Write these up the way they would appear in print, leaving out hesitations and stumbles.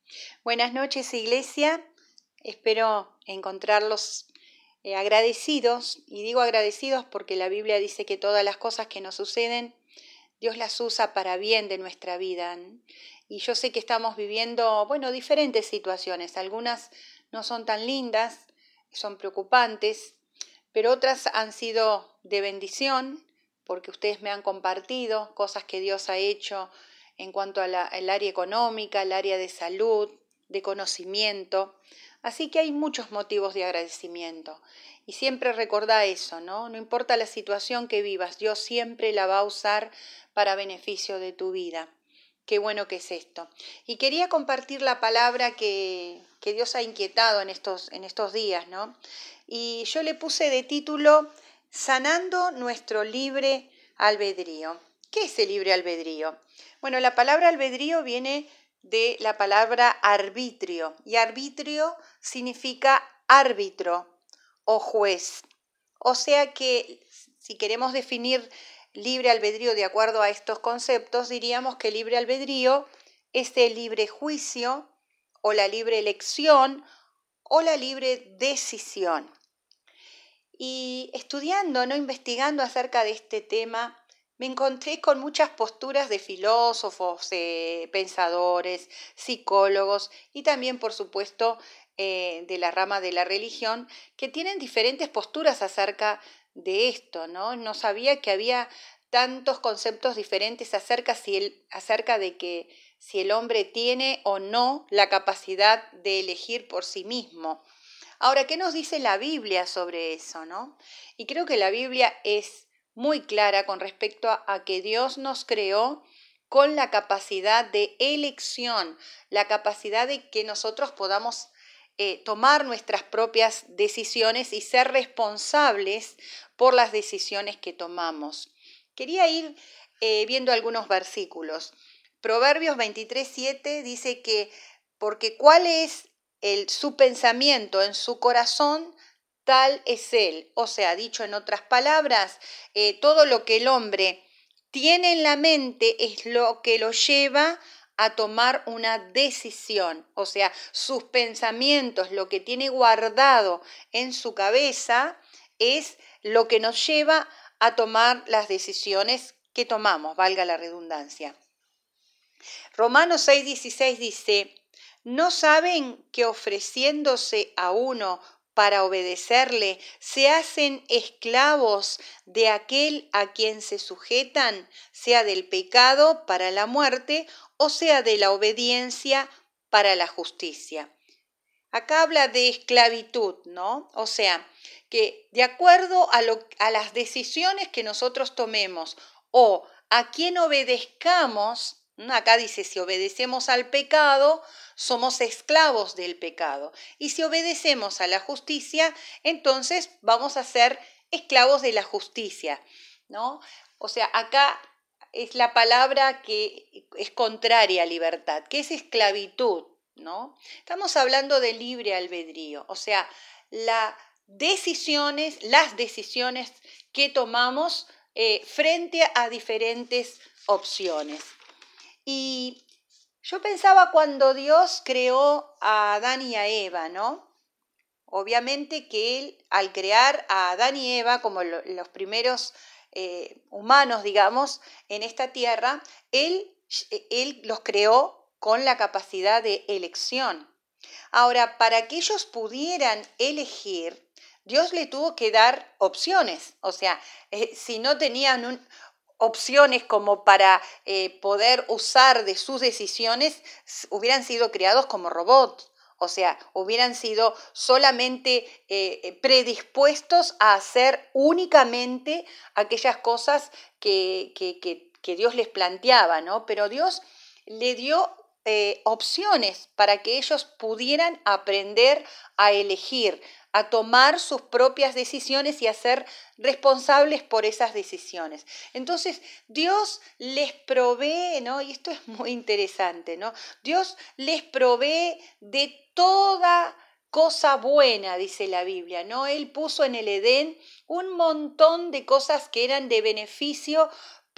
Buenas noches, Iglesia. Espero encontrarlos agradecidos. Y digo agradecidos porque la Biblia dice que todas las cosas que nos suceden, Dios las usa para bien de nuestra vida. Y yo sé que estamos viviendo, diferentes situaciones. Algunas no son tan lindas, son preocupantes, pero otras han sido de bendición porque ustedes me han compartido cosas que Dios ha hecho en cuanto al área económica, al área de salud, de conocimiento. Así que hay muchos motivos de agradecimiento. Y siempre recordá eso, ¿no? No importa la situación que vivas, Dios siempre la va a usar para beneficio de tu vida. Qué bueno que es esto. Y quería compartir la palabra que Dios ha inquietado en estos días, ¿no? Y yo le puse de título Sanando nuestro libre albedrío. ¿Qué es el libre albedrío? Bueno, la palabra albedrío viene de la palabra arbitrio, y arbitrio significa árbitro o juez. O sea que si queremos definir libre albedrío de acuerdo a estos conceptos, diríamos que libre albedrío es el libre juicio o la libre elección o la libre decisión. Y estudiando, ¿no? Investigando acerca de este tema, me encontré con muchas posturas de filósofos, pensadores, psicólogos y también, por supuesto, de la rama de la religión, que tienen diferentes posturas acerca de esto, ¿no? No sabía que había tantos conceptos diferentes acerca de que si el hombre tiene o no la capacidad de elegir por sí mismo. Ahora, ¿qué nos dice la Biblia sobre eso, no? Y creo que la Biblia es muy clara con respecto a que Dios nos creó con la capacidad de elección, la capacidad de que nosotros podamos tomar nuestras propias decisiones y ser responsables por las decisiones que tomamos. Quería ir viendo algunos versículos. Proverbios 23:7 dice que, porque ¿cuál es su pensamiento en su corazón? Tal es él. O sea, dicho en otras palabras, todo lo que el hombre tiene en la mente es lo que lo lleva a tomar una decisión. O sea, sus pensamientos, lo que tiene guardado en su cabeza, es lo que nos lleva a tomar las decisiones que tomamos, valga la redundancia. Romanos 6:16 dice: ¿no saben que ofreciéndose a uno para obedecerle, se hacen esclavos de aquel a quien se sujetan, sea del pecado para la muerte o sea de la obediencia para la justicia? Acá habla de esclavitud, ¿no? O sea, que de acuerdo a las decisiones que nosotros tomemos o a quien obedezcamos, acá dice, si obedecemos al pecado, somos esclavos del pecado. Y si obedecemos a la justicia, entonces vamos a ser esclavos de la justicia, ¿no? O sea, acá es la palabra que es contraria a libertad, que es esclavitud, ¿no? Estamos hablando de libre albedrío, o sea, las decisiones que tomamos frente a diferentes opciones. Y yo pensaba cuando Dios creó a Adán y a Eva, ¿no? Obviamente que Él, al crear a Adán y Eva como los primeros humanos, digamos, en esta tierra, Él los creó con la capacidad de elección. Ahora, para que ellos pudieran elegir, Dios le tuvo que dar opciones. O sea, si no tenían opciones como para poder usar de sus decisiones, hubieran sido creados como robots. O sea, hubieran sido solamente predispuestos a hacer únicamente aquellas cosas que Dios les planteaba, ¿no? Pero Dios le dio opciones para que ellos pudieran aprender a elegir, a tomar sus propias decisiones y a ser responsables por esas decisiones. Entonces, Dios les provee, ¿no? Y esto es muy interesante, ¿no? Dios les provee de toda cosa buena, dice la Biblia, ¿no? Él puso en el Edén un montón de cosas que eran de beneficio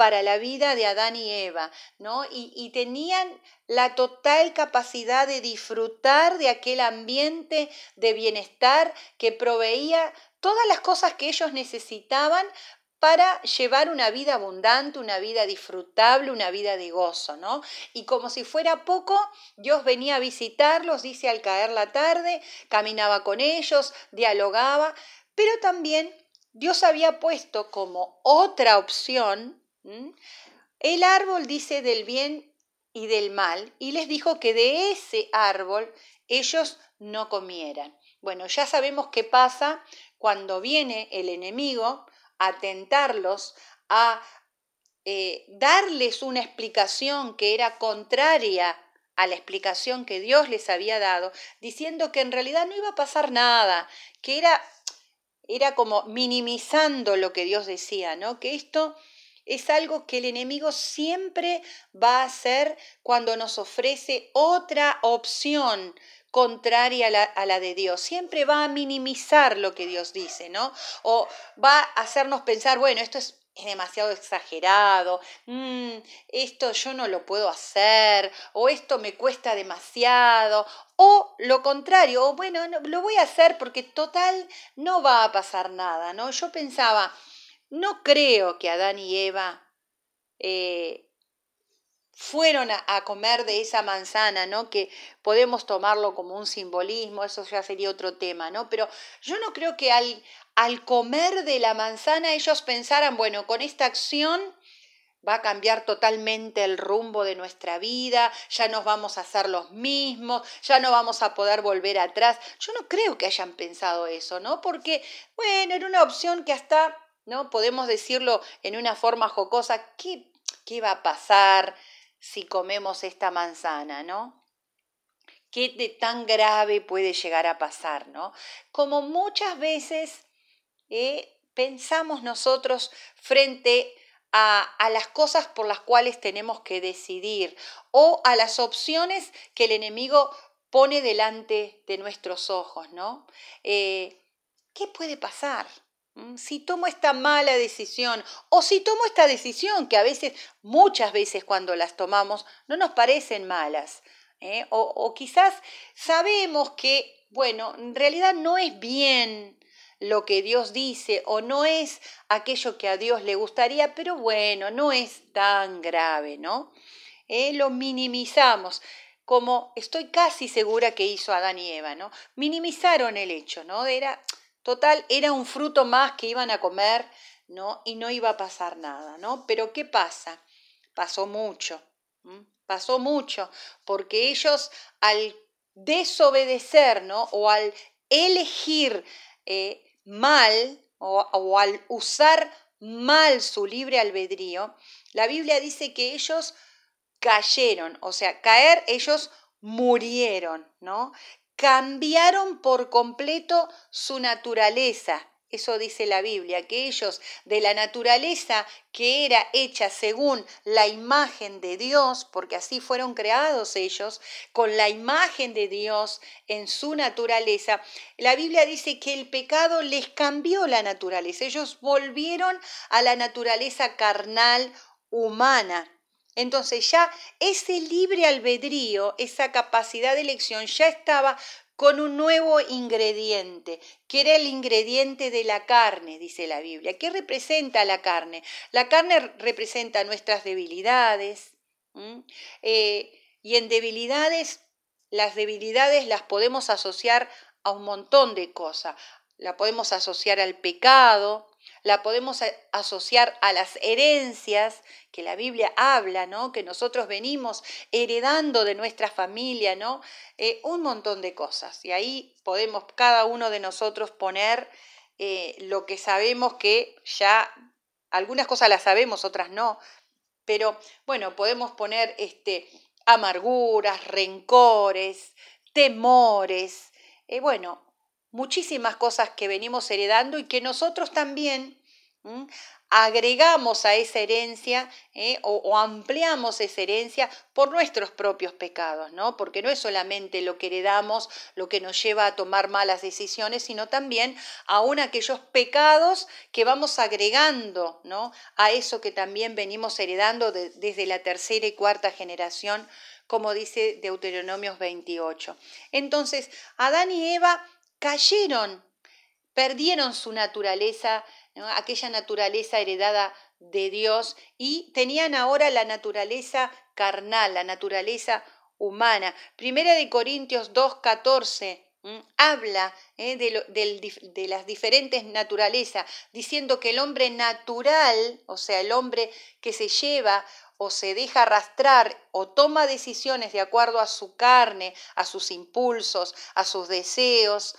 para la vida de Adán y Eva, ¿no? Y tenían la total capacidad de disfrutar de aquel ambiente de bienestar que proveía todas las cosas que ellos necesitaban para llevar una vida abundante, una vida disfrutable, una vida de gozo, ¿no? Y como si fuera poco, Dios venía a visitarlos, dice, al caer la tarde, caminaba con ellos, dialogaba, pero también Dios había puesto como otra opción el árbol, dice, del bien y del mal, y les dijo que de ese árbol ellos no comieran. Bueno, ya sabemos qué pasa cuando viene el enemigo a tentarlos, a darles una explicación que era contraria a la explicación que Dios les había dado, diciendo que en realidad no iba a pasar nada, que era como minimizando lo que Dios decía, ¿no? Que esto es algo que el enemigo siempre va a hacer cuando nos ofrece otra opción contraria a la de Dios. Siempre va a minimizar lo que Dios dice, ¿no? O va a hacernos pensar, bueno, esto es demasiado exagerado, esto yo no lo puedo hacer, o esto me cuesta demasiado, o lo contrario, o bueno, no, lo voy a hacer porque total no va a pasar nada, ¿no? Yo pensaba, no creo que Adán y Eva fueron a comer de esa manzana, ¿no? Que podemos tomarlo como un simbolismo, eso ya sería otro tema, ¿no? Pero yo no creo que al comer de la manzana ellos pensaran, bueno, con esta acción va a cambiar totalmente el rumbo de nuestra vida, ya nos vamos a hacer los mismos, ya no vamos a poder volver atrás. Yo no creo que hayan pensado eso, ¿no? Porque, bueno, era una opción que hasta, ¿no? Podemos decirlo en una forma jocosa, ¿qué va a pasar si comemos esta manzana, ¿no? ¿Qué de tan grave puede llegar a pasar, ¿no? Como muchas veces pensamos nosotros frente a las cosas por las cuales tenemos que decidir o a las opciones que el enemigo pone delante de nuestros ojos, ¿no? ¿Qué puede pasar? Si tomo esta mala decisión o si tomo esta decisión que a veces, muchas veces cuando las tomamos, no nos parecen malas, o quizás sabemos que, bueno, en realidad no es bien lo que Dios dice o no es aquello que a Dios le gustaría, pero bueno, no es tan grave, ¿no? Lo minimizamos, como estoy casi segura que hizo Adán y Eva, ¿no? Minimizaron el hecho, ¿no? Total, era un fruto más que iban a comer, ¿no? Y no iba a pasar nada, ¿no? Pero ¿qué pasa? Pasó mucho, pasó mucho, porque ellos al desobedecer, ¿no? O al elegir mal o al usar mal su libre albedrío, la Biblia dice que ellos cayeron, o sea, caer, ellos murieron, ¿no? Cambiaron por completo su naturaleza. Eso dice la Biblia, que ellos de la naturaleza que era hecha según la imagen de Dios, porque así fueron creados ellos, con la imagen de Dios en su naturaleza, la Biblia dice que el pecado les cambió la naturaleza. Ellos volvieron a la naturaleza carnal humana. Entonces ya ese libre albedrío, esa capacidad de elección ya estaba con un nuevo ingrediente, que era el ingrediente de la carne, dice la Biblia. ¿Qué representa la carne? La carne representa nuestras debilidades, y en las debilidades las podemos asociar a un montón de cosas. La podemos asociar al pecado, la podemos asociar a las herencias que la Biblia habla, ¿no? Que nosotros venimos heredando de nuestra familia, ¿no? Un montón de cosas. Y ahí podemos cada uno de nosotros poner lo que sabemos que ya, algunas cosas las sabemos, otras no, pero bueno, podemos poner amarguras, rencores, temores, bueno, muchísimas cosas que venimos heredando y que nosotros también, agregamos a esa herencia o ampliamos esa herencia por nuestros propios pecados, ¿no? Porque no es solamente lo que heredamos lo que nos lleva a tomar malas decisiones, sino también aún aquellos pecados que vamos agregando, ¿no? A eso que también venimos heredando desde la tercera y cuarta generación, como dice Deuteronomios 28. Entonces, Adán y Eva cayeron, perdieron su naturaleza, ¿no? Aquella naturaleza heredada de Dios, y tenían ahora la naturaleza carnal, la naturaleza humana. Primera de Corintios 2:14 habla de las diferentes naturalezas, diciendo que el hombre natural, o sea, el hombre que se lleva o se deja arrastrar o toma decisiones de acuerdo a su carne, a sus impulsos, a sus deseos,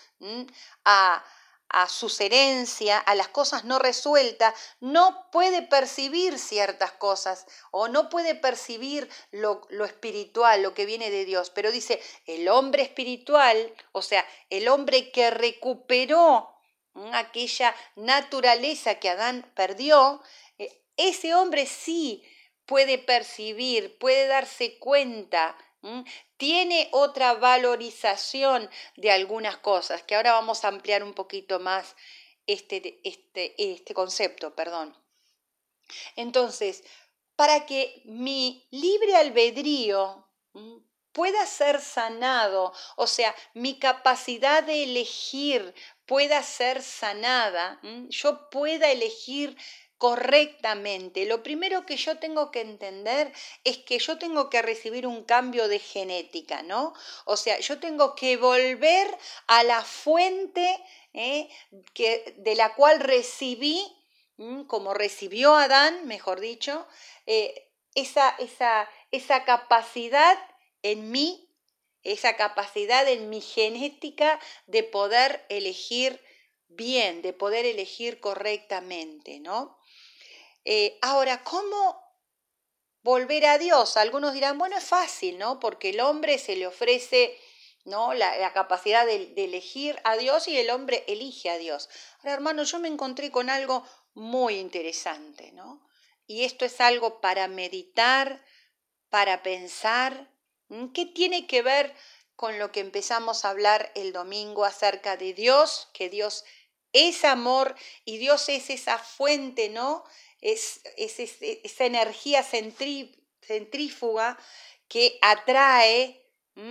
a sus herencias, a las cosas no resueltas, no puede percibir ciertas cosas o no puede percibir lo espiritual, lo que viene de Dios. Pero dice, el hombre espiritual, o sea, el hombre que recuperó aquella naturaleza que Adán perdió, ese hombre sí puede percibir, puede darse cuenta, tiene otra valorización de algunas cosas, que ahora vamos a ampliar un poquito más este concepto, perdón. Entonces, para que mi libre albedrío pueda ser sanado, o sea, mi capacidad de elegir pueda ser sanada, yo pueda elegir correctamente. Lo primero que yo tengo que entender es que yo tengo que recibir un cambio de genética, ¿no? O sea, yo tengo que volver a la fuente de la cual recibí, como recibió Adán, mejor dicho, esa capacidad en mí, esa capacidad en mi genética de poder elegir bien, de poder elegir correctamente, ¿no? Ahora, ¿cómo volver a Dios? Algunos dirán, bueno, es fácil, ¿no? Porque el hombre se le ofrece, ¿no? la capacidad de elegir a Dios y el hombre elige a Dios. Ahora, hermano, yo me encontré con algo muy interesante, ¿no? Y esto es algo para meditar, para pensar. ¿Qué tiene que ver con lo que empezamos a hablar el domingo acerca de Dios? Que Dios es amor y Dios es esa fuente, ¿no? Es esa energía centrífuga que atrae,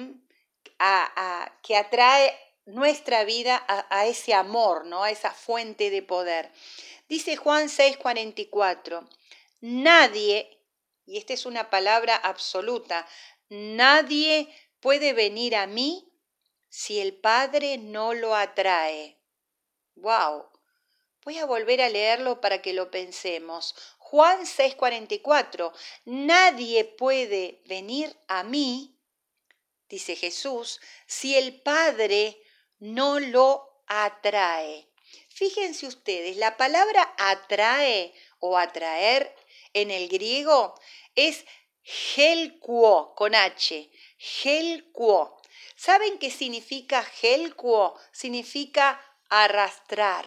que atrae nuestra vida a ese amor, ¿no? A esa fuente de poder. Dice Juan 6:44, nadie, y esta es una palabra absoluta, nadie puede venir a mí si el Padre no lo atrae. ¡Wow! Voy a volver a leerlo para que lo pensemos. Juan 6:44, nadie puede venir a mí, dice Jesús, si el Padre no lo atrae. Fíjense ustedes, la palabra atrae o atraer en el griego es helkuo, con H, helkuo. ¿Saben qué significa helkuo? Significa arrastrar.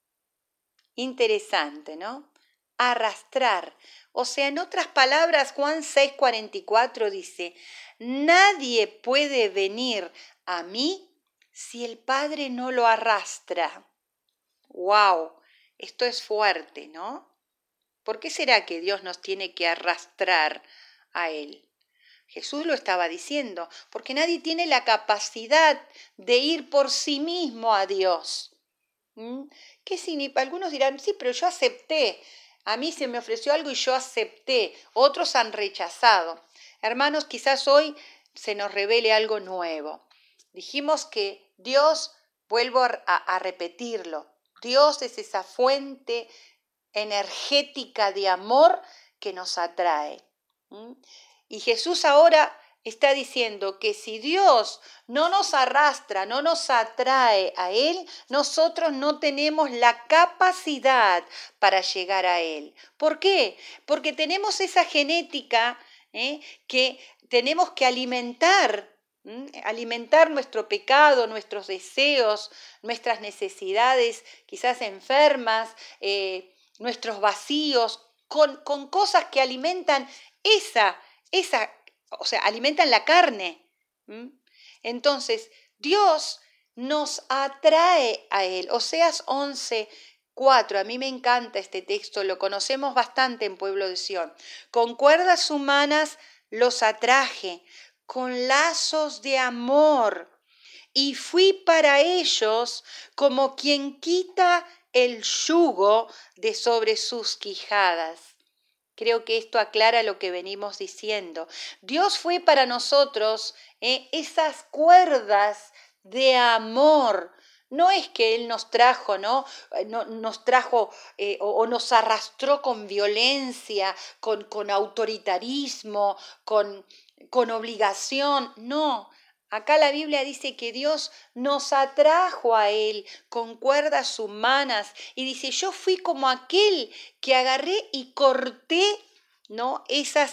Interesante, ¿no? Arrastrar. O sea, en otras palabras, Juan 6:44 dice, nadie puede venir a mí si el Padre no lo arrastra. ¡Wow! Esto es fuerte, ¿no? ¿Por qué será que Dios nos tiene que arrastrar a Él? Jesús lo estaba diciendo, porque nadie tiene la capacidad de ir por sí mismo a Dios. ¿Qué significa? Algunos dirán, sí, pero yo acepté. A mí se me ofreció algo y yo acepté. Otros han rechazado. Hermanos, quizás hoy se nos revele algo nuevo. Dijimos que Dios, vuelvo a repetirlo, Dios es esa fuente energética de amor que nos atrae. Y Jesús ahora está diciendo que si Dios no nos arrastra, no nos atrae a Él, nosotros no tenemos la capacidad para llegar a Él. ¿Por qué? Porque tenemos esa genética que tenemos que alimentar nuestro pecado, nuestros deseos, nuestras necesidades, quizás enfermas, nuestros vacíos, con cosas que alimentan o sea, alimentan la carne. Entonces, Dios nos atrae a Él. Oseas 11:4, a mí me encanta este texto, lo conocemos bastante en Pueblo de Sión. Con cuerdas humanas los atraje, con lazos de amor, y fui para ellos como quien quita el yugo de sobre sus quijadas. Creo que esto aclara lo que venimos diciendo. Dios fue para nosotros esas cuerdas de amor. No es que Él nos trajo, ¿no? Nos trajo o nos arrastró con violencia, con autoritarismo, con obligación. No. Acá la Biblia dice que Dios nos atrajo a Él con cuerdas humanas y dice, yo fui como aquel que agarré y corté, ¿no?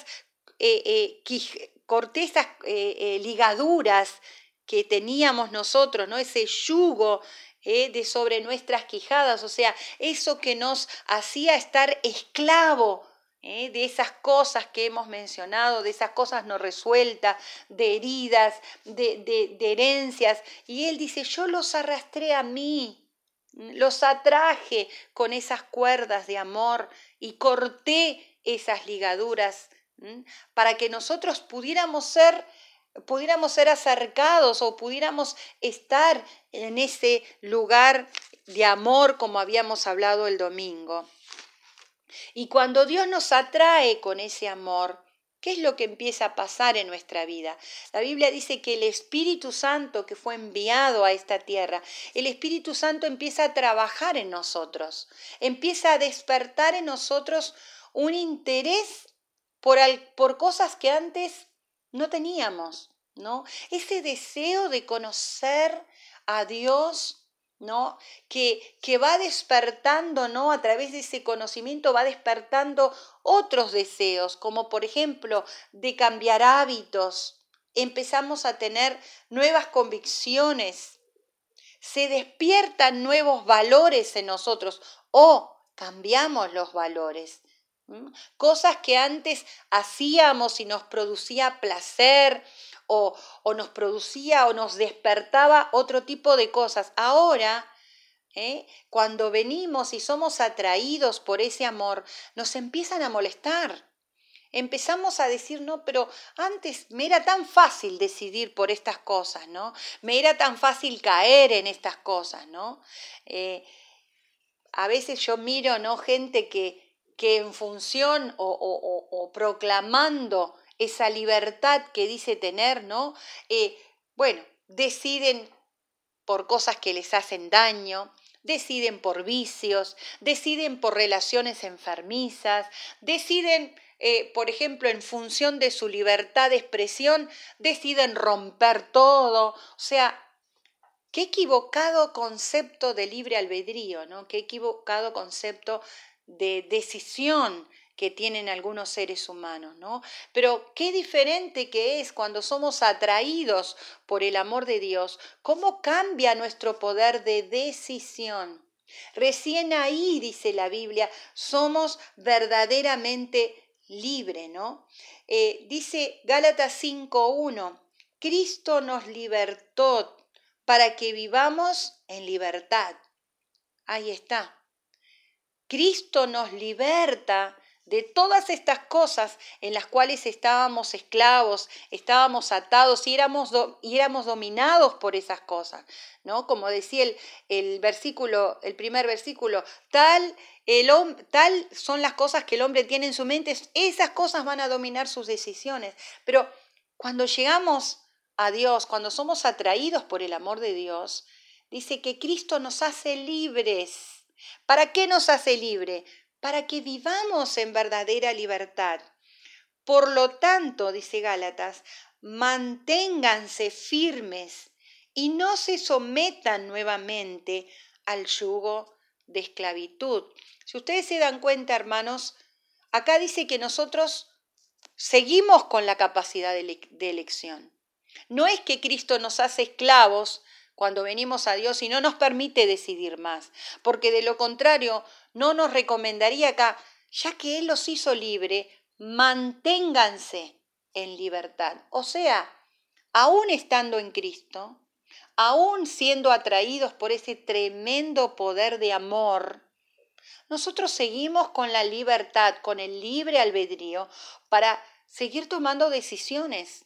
Corté esas ligaduras que teníamos nosotros, ¿no? Ese yugo de sobre nuestras quijadas, o sea, eso que nos hacía estar esclavo de esas cosas que hemos mencionado, de esas cosas no resueltas, de heridas, de herencias. Y Él dice, yo los arrastré a mí, los atraje con esas cuerdas de amor y corté esas ligaduras para que nosotros pudiéramos ser acercados o pudiéramos estar en ese lugar de amor como habíamos hablado el domingo. Y cuando Dios nos atrae con ese amor, ¿qué es lo que empieza a pasar en nuestra vida? La Biblia dice que el Espíritu Santo que fue enviado a esta tierra, el Espíritu Santo empieza a trabajar en nosotros, empieza a despertar en nosotros un interés por cosas que antes no teníamos, ¿no? Ese deseo de conocer a Dios, ¿no? Que va despertando, ¿no? A través de ese conocimiento va despertando otros deseos, como por ejemplo de cambiar hábitos. Empezamos a tener nuevas convicciones, se despiertan nuevos valores en nosotros o cambiamos los valores. Cosas que antes hacíamos y nos producía placer o nos producía o nos despertaba otro tipo de cosas. Ahora, cuando venimos y somos atraídos por ese amor, nos empiezan a molestar. Empezamos a decir, no, pero antes me era tan fácil decidir por estas cosas, ¿no? Me era tan fácil caer en estas cosas, ¿no? A veces yo miro, ¿no? Gente que en función o proclamando esa libertad que dice tener, ¿no? Bueno, deciden por cosas que les hacen daño, deciden por vicios, deciden por relaciones enfermizas, deciden, por ejemplo, en función de su libertad de expresión, deciden romper todo. O sea, qué equivocado concepto de libre albedrío, ¿no? Qué equivocado concepto de decisión que tienen algunos seres humanos, ¿no? Pero qué diferente que es cuando somos atraídos por el amor de Dios, cómo cambia nuestro poder de decisión. Recién ahí, dice la Biblia, somos verdaderamente libres, ¿no? Dice Gálatas 5:1, Cristo nos libertó para que vivamos en libertad. Ahí está. Cristo nos liberta de todas estas cosas en las cuales estábamos esclavos, estábamos atados y éramos dominados por esas cosas, ¿no? Como decía el primer versículo, tal son las cosas que el hombre tiene en su mente, esas cosas van a dominar sus decisiones. Pero cuando llegamos a Dios, cuando somos atraídos por el amor de Dios, dice que Cristo nos hace libres. ¿Para qué nos hace libre? Para que vivamos en verdadera libertad. Por lo tanto, dice Gálatas, manténganse firmes y no se sometan nuevamente al yugo de esclavitud. Si ustedes se dan cuenta, hermanos, acá dice que nosotros seguimos con la capacidad de elección. No es que Cristo nos hace esclavos cuando venimos a Dios y no nos permite decidir más, porque de lo contrario no nos recomendaría acá, ya que Él los hizo libre, manténganse en libertad. O sea, aún estando en Cristo, aún siendo atraídos por ese tremendo poder de amor, nosotros seguimos con la libertad, con el libre albedrío para seguir tomando decisiones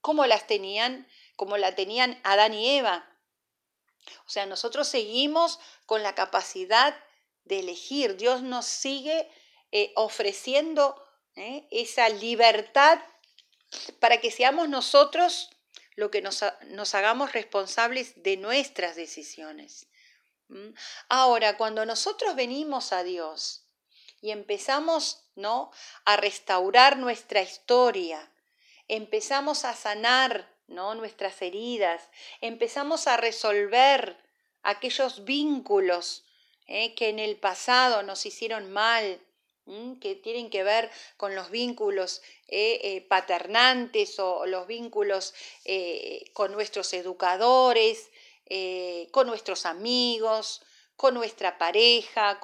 como la tenían Adán y Eva. O sea, nosotros seguimos con la capacidad de elegir. Dios nos sigue ofreciendo esa libertad para que seamos nosotros lo que nos hagamos responsables de nuestras decisiones. Ahora, cuando nosotros venimos a Dios y empezamos, ¿no?, a restaurar nuestra historia, empezamos a sanar, ¿no?, nuestras heridas, empezamos a resolver aquellos vínculos que en el pasado nos hicieron mal, que tienen que ver con los vínculos paternantes o los vínculos con nuestros educadores, con nuestros amigos, con nuestra pareja,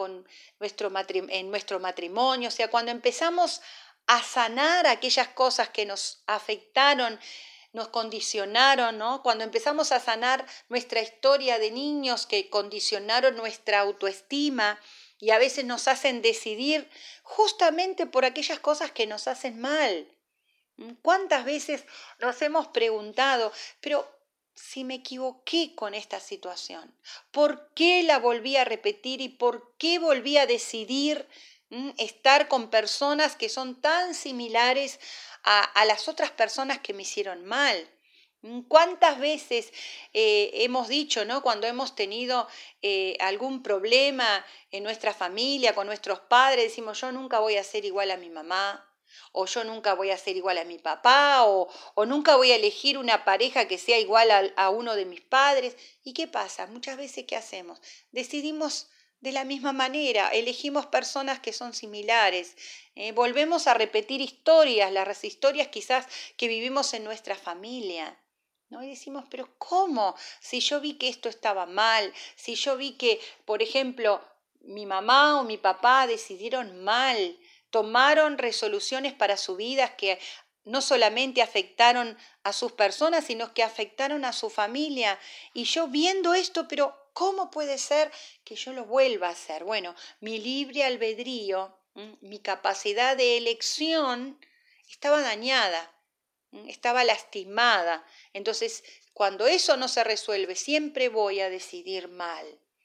en nuestro matrimonio. O sea, cuando empezamos a sanar aquellas cosas que nos afectaron, nos condicionaron, ¿no? Cuando empezamos a sanar nuestra historia de niños que condicionaron nuestra autoestima y a veces nos hacen decidir justamente por aquellas cosas que nos hacen mal. ¿Cuántas veces nos hemos preguntado, pero si me equivoqué con esta situación, ¿por qué la volví a repetir y por qué volví a decidir estar con personas que son tan similares a las otras personas que me hicieron mal? ¿Cuántas veces hemos dicho, ¿no?, cuando hemos tenido algún problema en nuestra familia, con nuestros padres, decimos, yo nunca voy a ser igual a mi mamá, o yo nunca voy a ser igual a mi papá, o nunca voy a elegir una pareja que sea igual a uno de mis padres? ¿Y qué pasa? Muchas veces, ¿qué hacemos? Decidimos de la misma manera, elegimos personas que son similares, volvemos a repetir historias, las historias quizás que vivimos en nuestra familia, ¿no? Y decimos, pero ¿cómo? Si yo vi que esto estaba mal, si yo vi que, por ejemplo, mi mamá o mi papá decidieron mal, tomaron resoluciones para su vida que no solamente afectaron a sus personas, sino que afectaron a su familia. Y yo viendo esto, pero ¿cómo puede ser que yo lo vuelva a hacer? Bueno, mi libre albedrío, mi capacidad de elección estaba dañada, estaba lastimada. Entonces, cuando eso no se resuelve, siempre voy a decidir mal.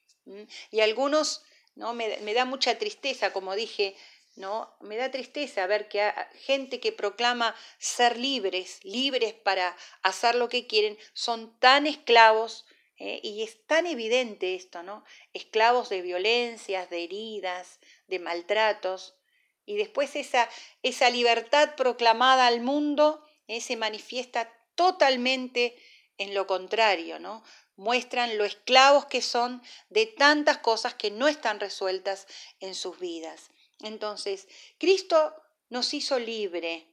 Y algunos, ¿no?, me da mucha tristeza, como dije, ¿no? Me da tristeza ver que hay gente que proclama ser libres para hacer lo que quieren, son tan esclavos, y es tan evidente esto, ¿no? Esclavos de violencias, de heridas, de maltratos, y después esa libertad proclamada al mundo se manifiesta totalmente en lo contrario, ¿no? Muestran lo esclavos que son de tantas cosas que no están resueltas en sus vidas. Entonces, Cristo nos hizo libre.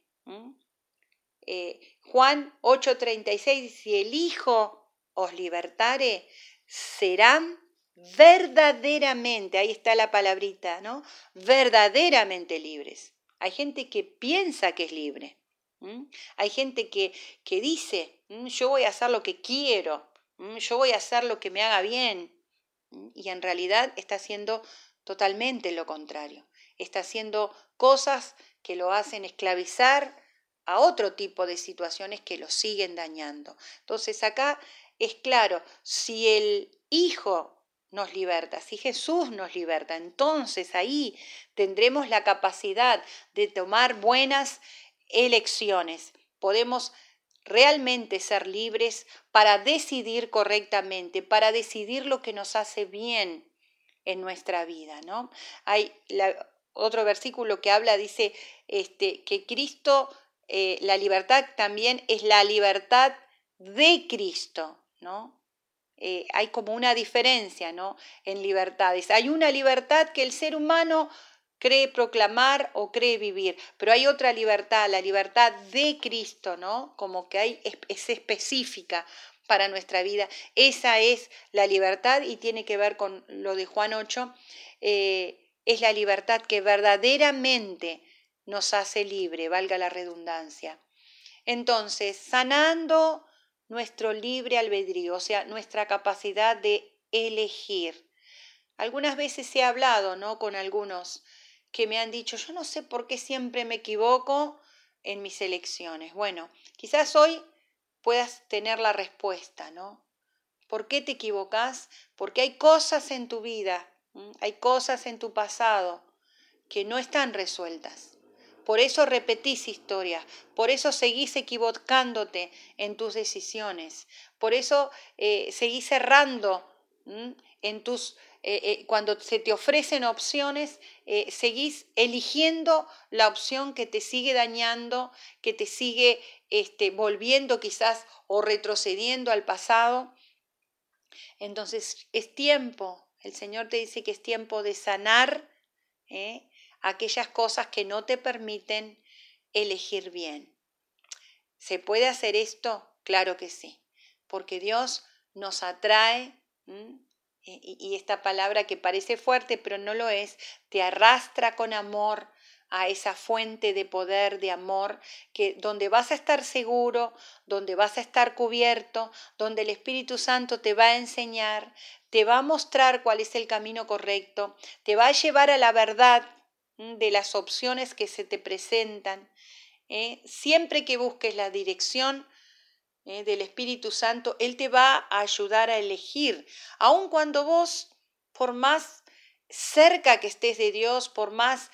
Juan 8:36, si el Hijo os libertare, serán verdaderamente, ahí está la palabrita, ¿no?, verdaderamente libres. Hay gente que piensa que es libre. Hay gente que dice, yo voy a hacer lo que quiero, yo voy a hacer lo que me haga bien, y en realidad está haciendo totalmente lo contrario. Está haciendo cosas que lo hacen esclavizar a otro tipo de situaciones que lo siguen dañando. Entonces acá es claro, si el Hijo nos liberta, si Jesús nos liberta, entonces ahí tendremos la capacidad de tomar buenas elecciones. Podemos realmente ser libres para decidir correctamente, para decidir lo que nos hace bien en nuestra vida, ¿no? Hay otro versículo que habla, dice que Cristo, la libertad también es la libertad de Cristo, ¿no? Hay como una diferencia, ¿no?, en libertades. Hay una libertad que el ser humano cree proclamar o cree vivir, pero hay otra libertad, la libertad de Cristo, ¿no? Como que es específica, para nuestra vida. Esa es la libertad y tiene que ver con lo de Juan 8. Es la libertad que verdaderamente nos hace libre, valga la redundancia. Entonces, sanando nuestro libre albedrío, o sea, nuestra capacidad de elegir. Algunas veces he hablado, ¿no?, con algunos que me han dicho, yo no sé por qué siempre me equivoco en mis elecciones. Bueno, quizás hoy puedas tener la respuesta, ¿no? ¿Por qué te equivocas? Porque hay cosas en tu vida, hay cosas en tu pasado que no están resueltas. Por eso repetís historias, por eso seguís equivocándote en tus decisiones, por eso seguís errando en tus cuando se te ofrecen opciones, seguís eligiendo la opción que te sigue dañando, que te sigue volviendo quizás o retrocediendo al pasado. Entonces es tiempo, el Señor te dice que es tiempo de sanar aquellas cosas que no te permiten elegir bien. ¿Se puede hacer esto? Claro que sí, porque Dios nos atrae, y esta palabra que parece fuerte, pero no lo es, te arrastra con amor a esa fuente de poder, de amor, donde vas a estar seguro, donde vas a estar cubierto, donde el Espíritu Santo te va a enseñar, te va a mostrar cuál es el camino correcto, te va a llevar a la verdad de las opciones que se te presentan. Siempre que busques la dirección del Espíritu Santo, Él te va a ayudar a elegir, aun cuando vos, por más cerca que estés de Dios, por más,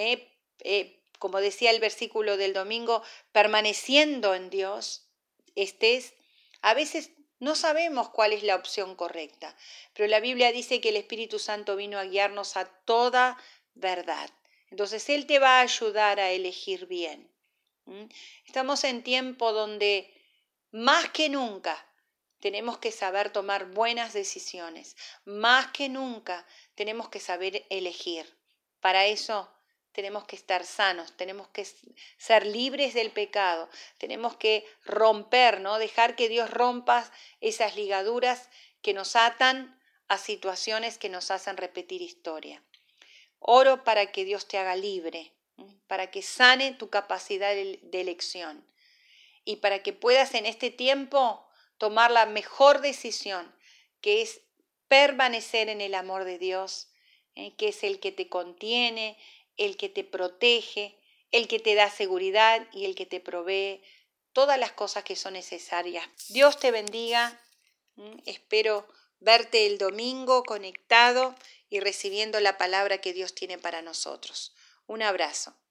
como decía el versículo del domingo, permaneciendo en Dios, estés, a veces no sabemos cuál es la opción correcta, pero la Biblia dice que el Espíritu Santo vino a guiarnos a toda verdad. Entonces Él te va a ayudar a elegir bien. Estamos en tiempo donde más que nunca tenemos que saber tomar buenas decisiones. Más que nunca tenemos que saber elegir. Para eso tenemos que estar sanos, tenemos que ser libres del pecado, tenemos que romper, ¿no? Dejar que Dios rompa esas ligaduras que nos atan a situaciones que nos hacen repetir historia. Oro para que Dios te haga libre, para que sane tu capacidad de elección y para que puedas en este tiempo tomar la mejor decisión, que es permanecer en el amor de Dios, que es el que te contiene, el que te protege, el que te da seguridad y el que te provee todas las cosas que son necesarias. Dios te bendiga. Espero verte el domingo conectado y recibiendo la palabra que Dios tiene para nosotros. Un abrazo.